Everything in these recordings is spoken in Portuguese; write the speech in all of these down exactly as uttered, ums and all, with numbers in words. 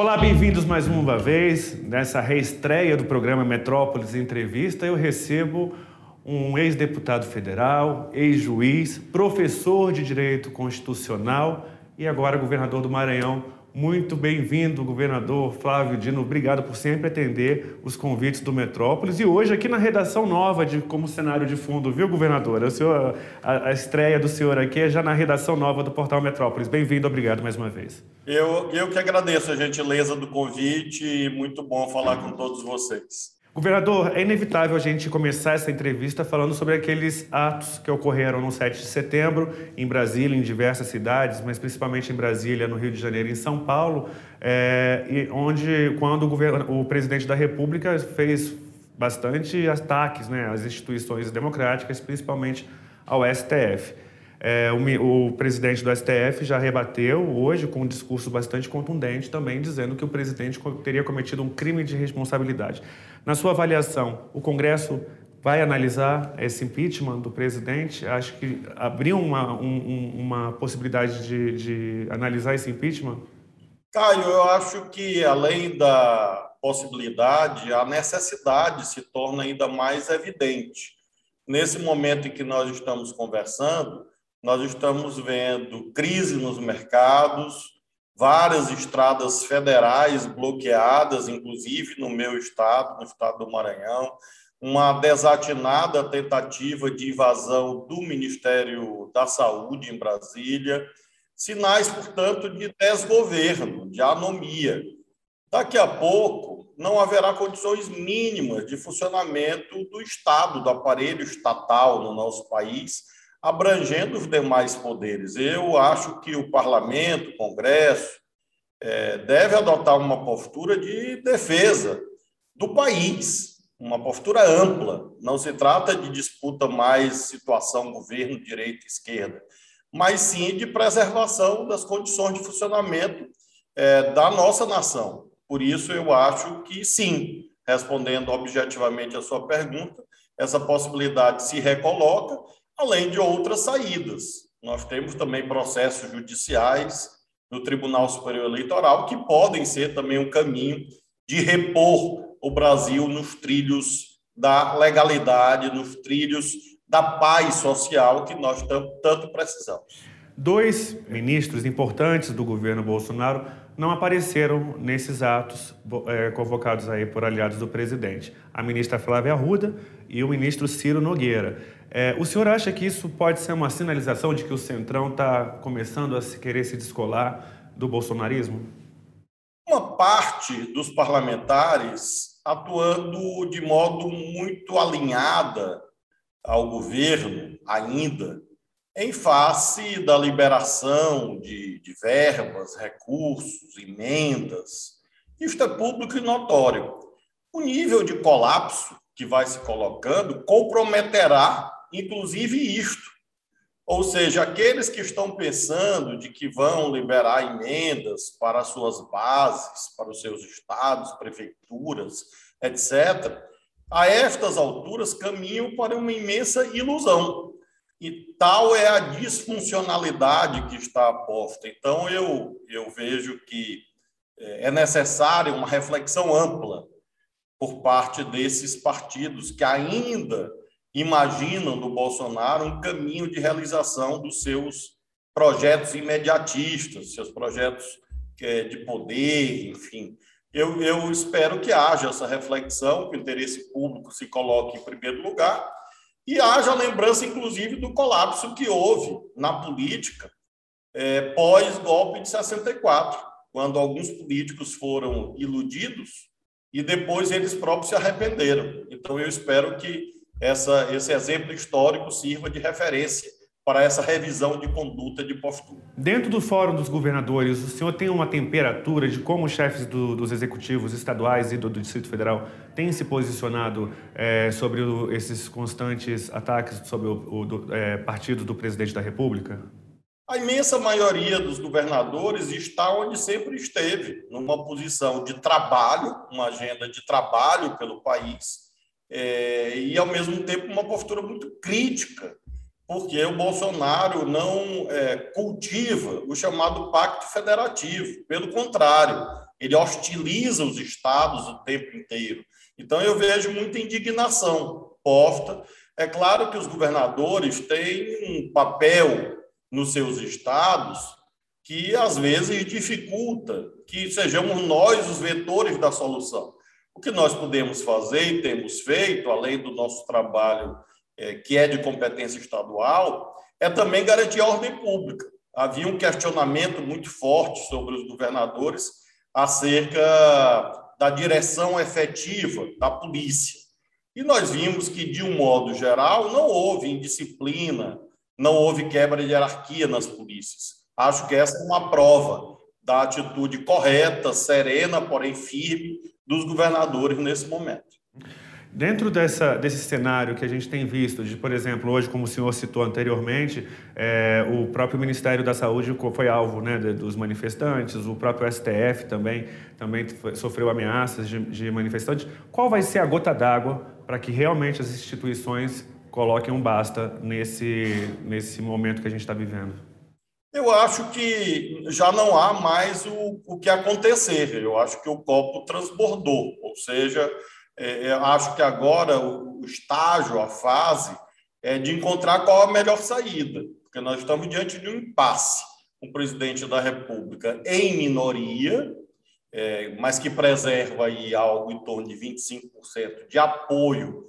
Olá, bem-vindos mais uma vez. Nessa reestreia do programa Metrópolis Entrevista, eu recebo um ex-deputado federal, ex-juiz, professor de Direito Constitucional e agora governador do Maranhão. Muito bem-vindo, governador Flávio Dino. Obrigado por sempre atender os convites do Metrópolis. E hoje aqui na redação nova, de, como cenário de fundo, viu, governador? O senhor, a, a estreia do senhor aqui é já na redação nova do Portal Metrópolis. Bem-vindo, obrigado mais uma vez. Eu, eu que agradeço a gentileza do convite e muito bom falar com todos vocês. Governador, é inevitável a gente começar essa entrevista falando sobre aqueles atos que ocorreram no sete de setembro, em Brasília, em diversas cidades, mas principalmente em Brasília, no Rio de Janeiro e em São Paulo, é, e onde, quando o, govern... o presidente da República fez bastante ataques, né, às instituições democráticas, principalmente ao S T F. É, o, o presidente do S T F já rebateu hoje com um discurso bastante contundente também, dizendo que o presidente teria cometido um crime de responsabilidade. Na sua avaliação, o Congresso vai analisar esse impeachment do presidente? Acho que abriu uma, um, uma possibilidade de, de analisar esse impeachment? Caio, eu acho que além da possibilidade, a necessidade se torna ainda mais evidente. Nesse momento em que nós estamos conversando, nós estamos vendo crise nos mercados, várias estradas federais bloqueadas, inclusive no meu estado, no estado do Maranhão, uma desatinada tentativa de invasão do Ministério da Saúde em Brasília, sinais, portanto, de desgoverno, de anomia. Daqui a pouco, não haverá condições mínimas de funcionamento do Estado, do aparelho estatal no nosso país, abrangendo os demais poderes. Eu acho que o Parlamento, o Congresso, é, deve adotar uma postura de defesa do país, uma postura ampla. Não se trata de disputa mais situação governo, direita e esquerda, mas sim de preservação das condições de funcionamento é, da nossa nação. Por isso, eu acho que sim, respondendo objetivamente a sua pergunta, essa possibilidade se recoloca, além de outras saídas. Nós temos também processos judiciais no Tribunal Superior Eleitoral que podem ser também um caminho de repor o Brasil nos trilhos da legalidade, nos trilhos da paz social que nós tanto precisamos. Dois ministros importantes do governo Bolsonaro não apareceram nesses atos é, convocados aí por aliados do presidente. A ministra Flávia Arruda e o ministro Ciro Nogueira. É, o senhor acha que isso pode ser uma sinalização de que o Centrão está começando a se querer se descolar do bolsonarismo? Uma parte dos parlamentares atuando de modo muito alinhada ao governo ainda, em face da liberação de, de verbas, recursos, emendas. Isto é público e notório. O nível de colapso que vai se colocando comprometerá, inclusive, isto. Ou seja, aqueles que estão pensando de que vão liberar emendas para as suas bases, para os seus estados, prefeituras, etcétera, a estas alturas caminham para uma imensa ilusão. E tal é a disfuncionalidade que está posta. Então, eu, eu vejo que é necessária uma reflexão ampla por parte desses partidos que ainda imaginam do Bolsonaro um caminho de realização dos seus projetos imediatistas, seus projetos de poder, enfim. Eu, eu espero que haja essa reflexão, que o interesse público se coloque em primeiro lugar, e haja lembrança, inclusive, do colapso que houve na política é, pós-golpe de sessenta e quatro, quando alguns políticos foram iludidos e depois eles próprios se arrependeram. Então, eu espero que essa, esse exemplo histórico sirva de referência para essa revisão de conduta, de postura. Dentro do Fórum dos Governadores, o senhor tem uma temperatura de como os chefes do, dos executivos estaduais e do, do Distrito Federal têm se posicionado é, sobre o, esses constantes ataques sobre o, o do, é, partido do presidente da República? A imensa maioria dos governadores está onde sempre esteve, numa posição de trabalho, uma agenda de trabalho pelo país, é, e, ao mesmo tempo, uma postura muito crítica, porque o Bolsonaro não é, cultiva o chamado pacto federativo. Pelo contrário, ele hostiliza os estados o tempo inteiro. Então, eu vejo muita indignação posta. É claro que os governadores têm um papel nos seus estados que, às vezes, dificulta que sejamos nós os vetores da solução. O que nós podemos fazer e temos feito, além do nosso trabalho, é, que é de competência estadual, é também garantir a ordem pública. Havia um questionamento muito forte sobre os governadores acerca da direção efetiva da polícia. E nós vimos que, de um modo geral, não houve indisciplina, não houve quebra de hierarquia nas polícias. Acho que essa é uma prova da atitude correta, serena, porém firme, dos governadores nesse momento. Dentro dessa, desse cenário que a gente tem visto, de, por exemplo, hoje, como o senhor citou anteriormente, é, o próprio Ministério da Saúde foi alvo, né, dos manifestantes, o próprio S T F também, também sofreu ameaças de, de manifestantes. Qual vai ser a gota d'água para que realmente as instituições coloquem um basta nesse, nesse momento que a gente está vivendo? Eu acho que já não há mais o, o que acontecer. Eu acho que o copo transbordou, ou seja, é, eu acho que agora o, o estágio, a fase, é de encontrar qual a melhor saída, porque nós estamos diante de um impasse. Um presidente da República em minoria, é, mas que preserva aí algo em torno de vinte e cinco por cento de apoio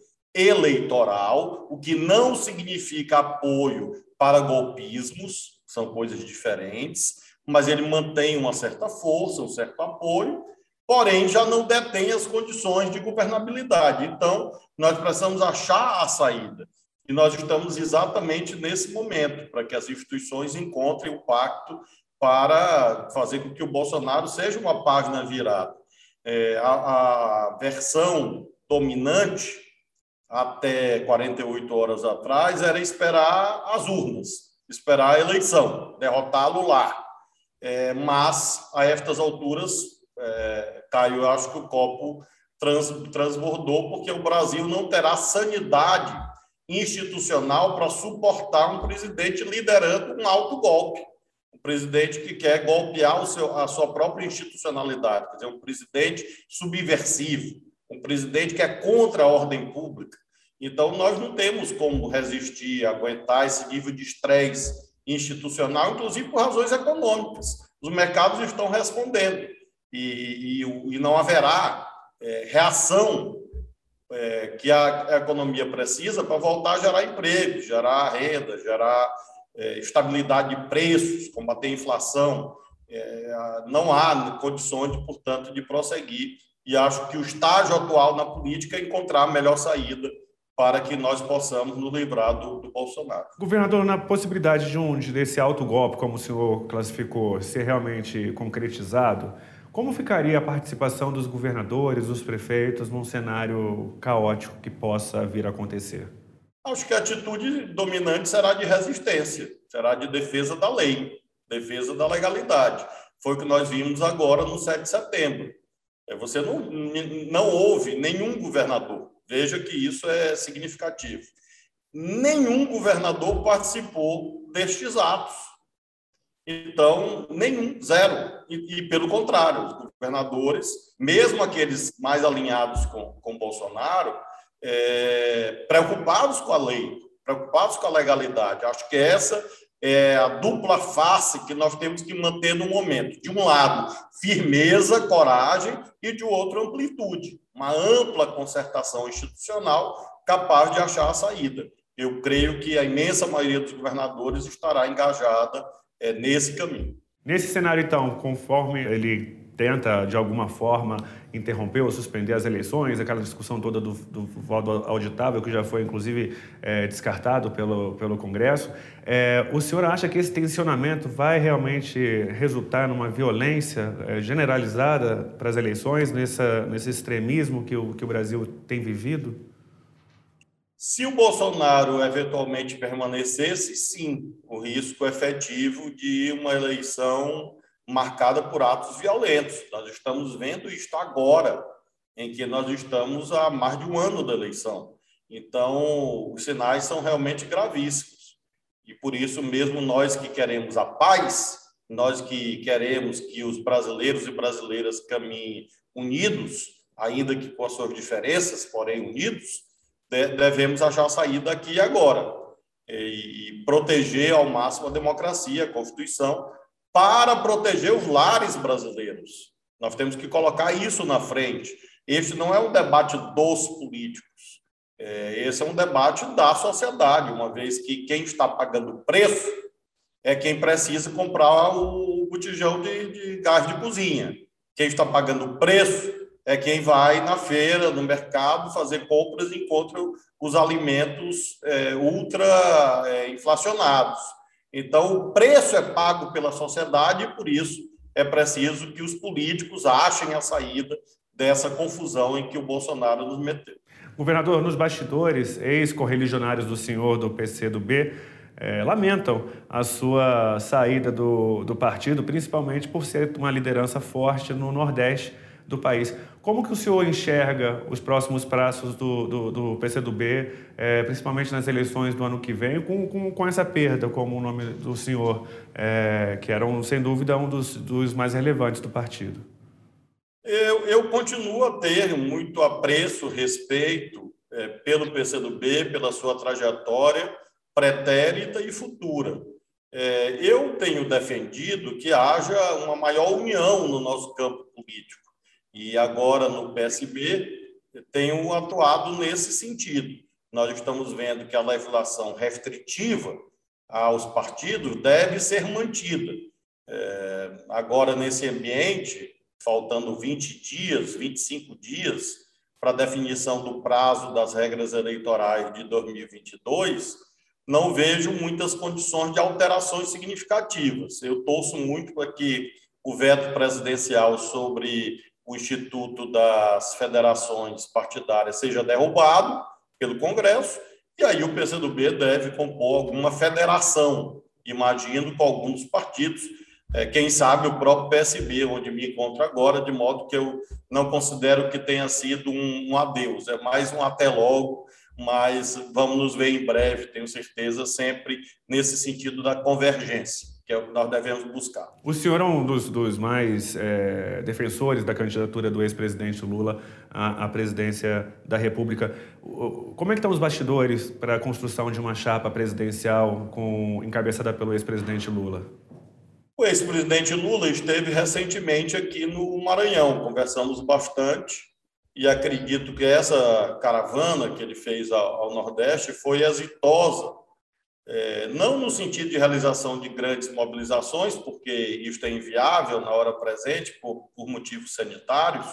eleitoral, o que não significa apoio para golpismos, são coisas diferentes, mas ele mantém uma certa força, um certo apoio, porém já não detém as condições de governabilidade. Então, nós precisamos achar a saída. E nós estamos exatamente nesse momento, para que as instituições encontrem o pacto para fazer com que o Bolsonaro seja uma página virada. É, a, a versão dominante, até quarenta e oito horas atrás, era esperar as urnas, esperar a eleição, derrotá-lo lá. É, mas, a estas alturas, é, Caio, eu acho que o copo trans, transbordou, porque o Brasil não terá sanidade institucional para suportar um presidente liderando um alto golpe, um presidente que quer golpear o seu, a sua própria institucionalidade, quer dizer, um presidente subversivo, um presidente que é contra a ordem pública. Então, nós não temos como resistir, aguentar esse nível de estresse institucional, inclusive por razões econômicas. Os mercados estão respondendo e, e, e não haverá é, reação é, que a, a economia precisa para voltar a gerar emprego, gerar renda, gerar é, estabilidade de preços, combater a inflação. É, não há condições, portanto, de prosseguir. E acho que o estágio atual na política é encontrar a melhor saída para que nós possamos nos livrar do, do Bolsonaro. Governador, na possibilidade de um desse alto golpe, como o senhor classificou, ser realmente concretizado, como ficaria a participação dos governadores, dos prefeitos, num cenário caótico que possa vir a acontecer? Acho que a atitude dominante será de resistência, será de defesa da lei, defesa da legalidade. Foi o que nós vimos agora no sete de setembro. Você não, não houve nenhum governador. Veja que isso é significativo. Nenhum governador participou destes atos. Então, nenhum, zero. E, e pelo contrário, os governadores, mesmo aqueles mais alinhados com, com Bolsonaro, é, preocupados com a lei, preocupados com a legalidade. Acho que essa é a dupla face que nós temos que manter no momento. De um lado, firmeza, coragem, e de outro, amplitude. Uma ampla concertação institucional capaz de achar a saída. Eu creio que a imensa maioria dos governadores estará engajada é, nesse caminho. Nesse cenário, então, conforme ele tenta, de alguma forma, interromper ou suspender as eleições, aquela discussão toda do, do voto auditável, que já foi, inclusive, é, descartado pelo, pelo Congresso, é, o senhor acha que esse tensionamento vai realmente resultar numa violência é, generalizada para as eleições, nessa, nesse extremismo que o, que o Brasil tem vivido? Se o Bolsonaro eventualmente permanecesse, sim, o risco efetivo de uma eleição marcada por atos violentos. Nós estamos vendo isto agora, em que nós estamos há mais de um ano da eleição. Então, os sinais são realmente gravíssimos. E por isso mesmo nós que queremos a paz, nós que queremos que os brasileiros e brasileiras caminhem unidos, ainda que com as suas diferenças, porém unidos, devemos achar a saída aqui e agora e proteger ao máximo a democracia, a Constituição, para proteger os lares brasileiros. Nós temos que colocar isso na frente. Este não é um debate dos políticos, esse é um debate da sociedade, uma vez que quem está pagando o preço é quem precisa comprar o botijão de, de gás de cozinha. Quem está pagando o preço é quem vai na feira, no mercado, fazer compras e encontra os alimentos é, ultra é, inflacionados. Então, o preço é pago pela sociedade e, por isso, é preciso que os políticos achem a saída dessa confusão em que o Bolsonaro nos meteu. Governador, nos bastidores, ex-correligionários do senhor do P C do B é, lamentam a sua saída do, do partido, principalmente por ser uma liderança forte no Nordeste do país. Como que o senhor enxerga os próximos passos do, do, do P C do B, é, principalmente nas eleições do ano que vem, com, com, com essa perda, como o nome do senhor, é, que era, um, sem dúvida, um dos, dos mais relevantes do partido? Eu, eu continuo a ter muito apreço, respeito é, pelo P C do B, pela sua trajetória pretérita e futura. É, eu tenho defendido que haja uma maior união no nosso campo político. E agora, no P S B, tenho atuado nesse sentido. Nós estamos vendo que a legislação restritiva aos partidos deve ser mantida. É, agora, nesse ambiente, faltando vinte dias, vinte e cinco dias, para a definição do prazo das regras eleitorais de dois mil e vinte e dois, não vejo muitas condições de alterações significativas. Eu torço muito para que o veto presidencial sobre o Instituto das Federações Partidárias seja derrubado pelo Congresso, e aí o P C do B deve compor alguma federação, imagino, com alguns partidos, é, quem sabe o próprio P S B, onde me encontro agora, de modo que eu não considero que tenha sido um, um adeus, é mais um até logo, mas vamos nos ver em breve, tenho certeza, sempre nesse sentido da convergência, que é o que nós devemos buscar. O senhor é um dos, dos mais é, defensores da candidatura do ex-presidente Lula à, à presidência da República. Como é que estão os bastidores para a construção de uma chapa presidencial com, encabeçada pelo ex-presidente Lula? O ex-presidente Lula esteve recentemente aqui no Maranhão, conversamos bastante, e acredito que essa caravana que ele fez ao, ao Nordeste foi exitosa, é, não no sentido de realização de grandes mobilizações, porque isto é inviável na hora presente por, por motivos sanitários,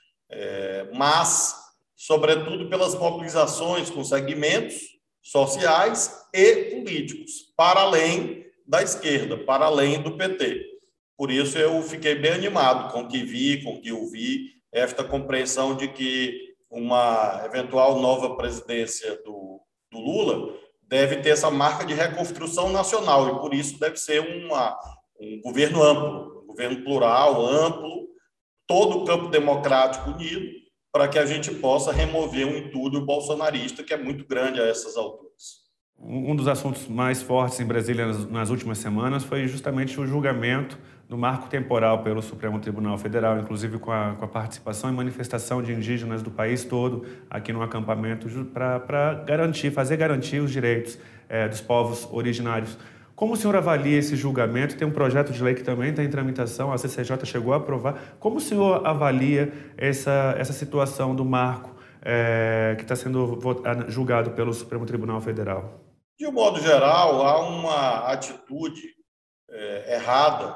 é, mas, sobretudo, pelas mobilizações com segmentos sociais e políticos, para além da esquerda, para além do P T. Por isso, eu fiquei bem animado com o que vi, com o que ouvi, esta compreensão de que uma eventual nova presidência do, do Lula deve ter essa marca de reconstrução nacional e, por isso, deve ser uma, um governo amplo, um governo plural, amplo, todo o campo democrático unido, para que a gente possa remover um entulho bolsonarista que é muito grande a essas alturas. Um dos assuntos mais fortes em Brasília nas, nas últimas semanas foi justamente o julgamento do marco temporal pelo Supremo Tribunal Federal, inclusive com a, com a participação e manifestação de indígenas do país todo aqui no acampamento para garantir, fazer garantir os direitos é, dos povos originários. Como o senhor avalia esse julgamento? Tem um projeto de lei que também está em tramitação, a C C J chegou a aprovar. Como o senhor avalia essa, essa situação do marco é, que está sendo julgado pelo Supremo Tribunal Federal? De um modo geral, há uma atitude é, errada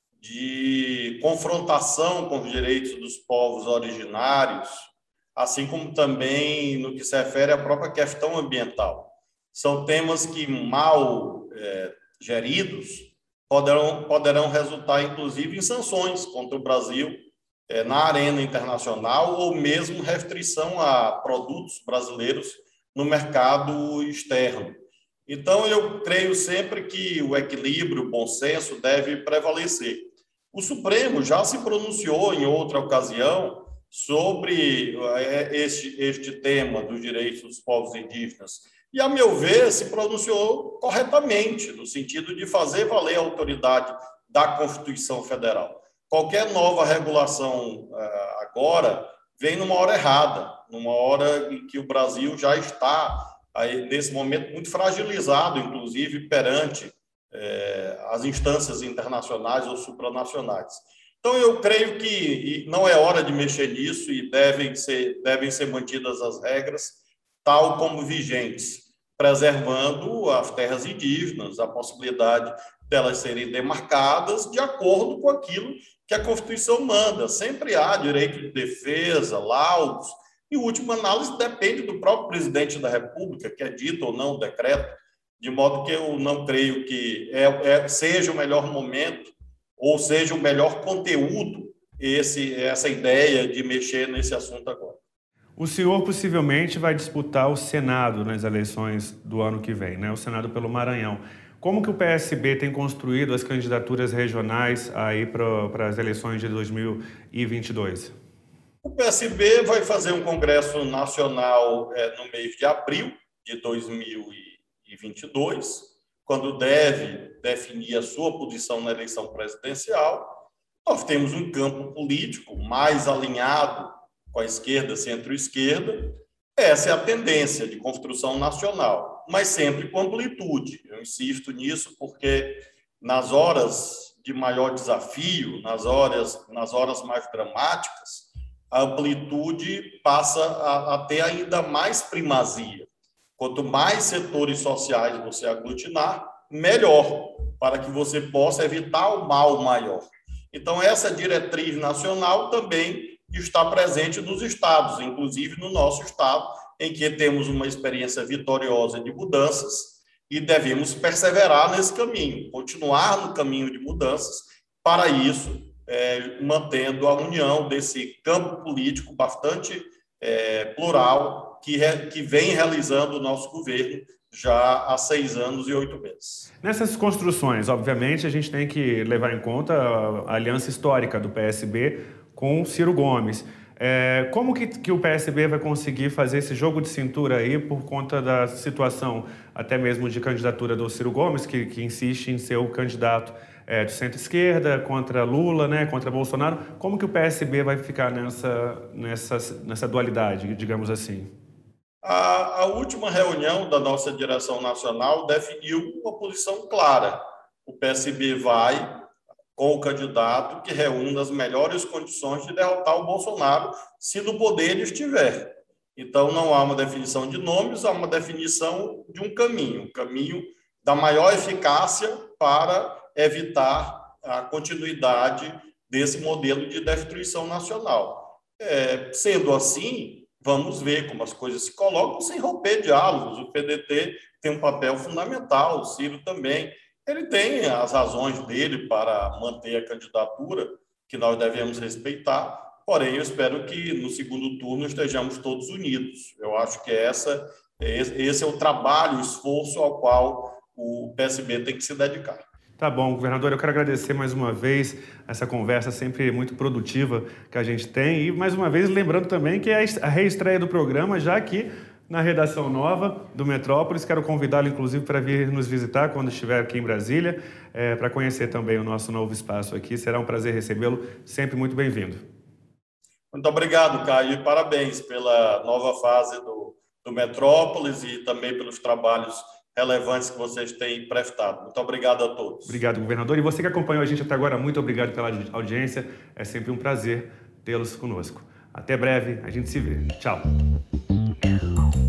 de confrontação com os direitos dos povos originários, assim como também no que se refere à própria questão ambiental. São temas que, mal é, geridos, poderão, poderão resultar, inclusive, em sanções contra o Brasil é, na arena internacional ou mesmo restrição a produtos brasileiros no mercado externo. Então, eu creio sempre que o equilíbrio, o bom senso deve prevalecer. O Supremo já se pronunciou em outra ocasião sobre este, este tema dos direitos dos povos indígenas e, a meu ver, se pronunciou corretamente, no sentido de fazer valer a autoridade da Constituição Federal. Qualquer nova regulação agora vem numa hora errada, numa hora em que o Brasil já está, aí, nesse momento, muito fragilizado, inclusive perante é, as instâncias internacionais ou supranacionais. Então, eu creio que não é hora de mexer nisso e devem ser, devem ser mantidas as regras tal como vigentes, preservando as terras indígenas, a possibilidade delas serem demarcadas de acordo com aquilo que a Constituição manda. Sempre há direito de defesa, laudos, e, em última análise, depende do próprio presidente da República, que é dito ou não o decreto, de modo que eu não creio que é, é, seja o melhor momento ou seja o melhor conteúdo esse, essa ideia de mexer nesse assunto agora. O senhor possivelmente vai disputar o Senado nas eleições do ano que vem, né? O Senado pelo Maranhão. Como que o P S B tem construído as candidaturas regionais aí para as eleições de dois mil e vinte e dois? O P S B vai fazer um congresso nacional é, no mês de abril de dois mil e vinte e dois, quando deve definir a sua posição na eleição presidencial. Nós temos um campo político mais alinhado com a esquerda, centro-esquerda. Essa é a tendência de construção nacional, mas sempre com amplitude. Eu insisto nisso porque nas horas de maior desafio, nas horas, nas horas mais dramáticas, a amplitude passa a, a ter ainda mais primazia. Quanto mais setores sociais você aglutinar, melhor, para que você possa evitar o mal maior. Então, essa diretriz nacional também está presente nos estados, inclusive no nosso estado, em que temos uma experiência vitoriosa de mudanças e devemos perseverar nesse caminho, continuar no caminho de mudanças, para isso, é, mantendo a união desse campo político bastante é, plural, Que, re, que vem realizando o nosso governo já há seis anos e oito meses. Nessas construções, obviamente, a gente tem que levar em conta a aliança histórica do P S B com Ciro Gomes. É, como que, que o P S B vai conseguir fazer esse jogo de cintura aí por conta da situação até mesmo de candidatura do Ciro Gomes, que, que insiste em ser o candidato é, de centro-esquerda contra Lula, né, contra Bolsonaro? Como que o P S B vai ficar nessa, nessa, nessa dualidade, digamos assim? A, a última reunião da nossa direção nacional definiu uma posição clara. O P S B vai com o candidato que reúna as melhores condições de derrotar o Bolsonaro, se no poder ele estiver. Então, não há uma definição de nomes, há uma definição de um caminho, um caminho da maior eficácia para evitar a continuidade desse modelo de destruição nacional. É, sendo assim, vamos ver como as coisas se colocam sem romper diálogos. O P D T tem um papel fundamental, o Ciro também. Ele tem as razões dele para manter a candidatura, que nós devemos respeitar, porém, eu espero que no segundo turno estejamos todos unidos. Eu acho que essa, esse é o trabalho, o esforço ao qual o P S B tem que se dedicar. Tá bom, governador, eu quero agradecer mais uma vez essa conversa sempre muito produtiva que a gente tem e, mais uma vez, lembrando também que é a reestreia do programa, já aqui na redação nova do Metrópolis. Quero convidá-lo, inclusive, para vir nos visitar quando estiver aqui em Brasília, é, para conhecer também o nosso novo espaço aqui. Será um prazer recebê-lo, sempre muito bem-vindo. Muito obrigado, Caio, e parabéns pela nova fase do, do Metrópolis e também pelos trabalhos relevantes que vocês têm prestado. Muito obrigado a todos. Obrigado, governador. E você que acompanhou a gente até agora, muito obrigado pela audiência. É sempre um prazer tê-los conosco. Até breve, a gente se vê. Tchau.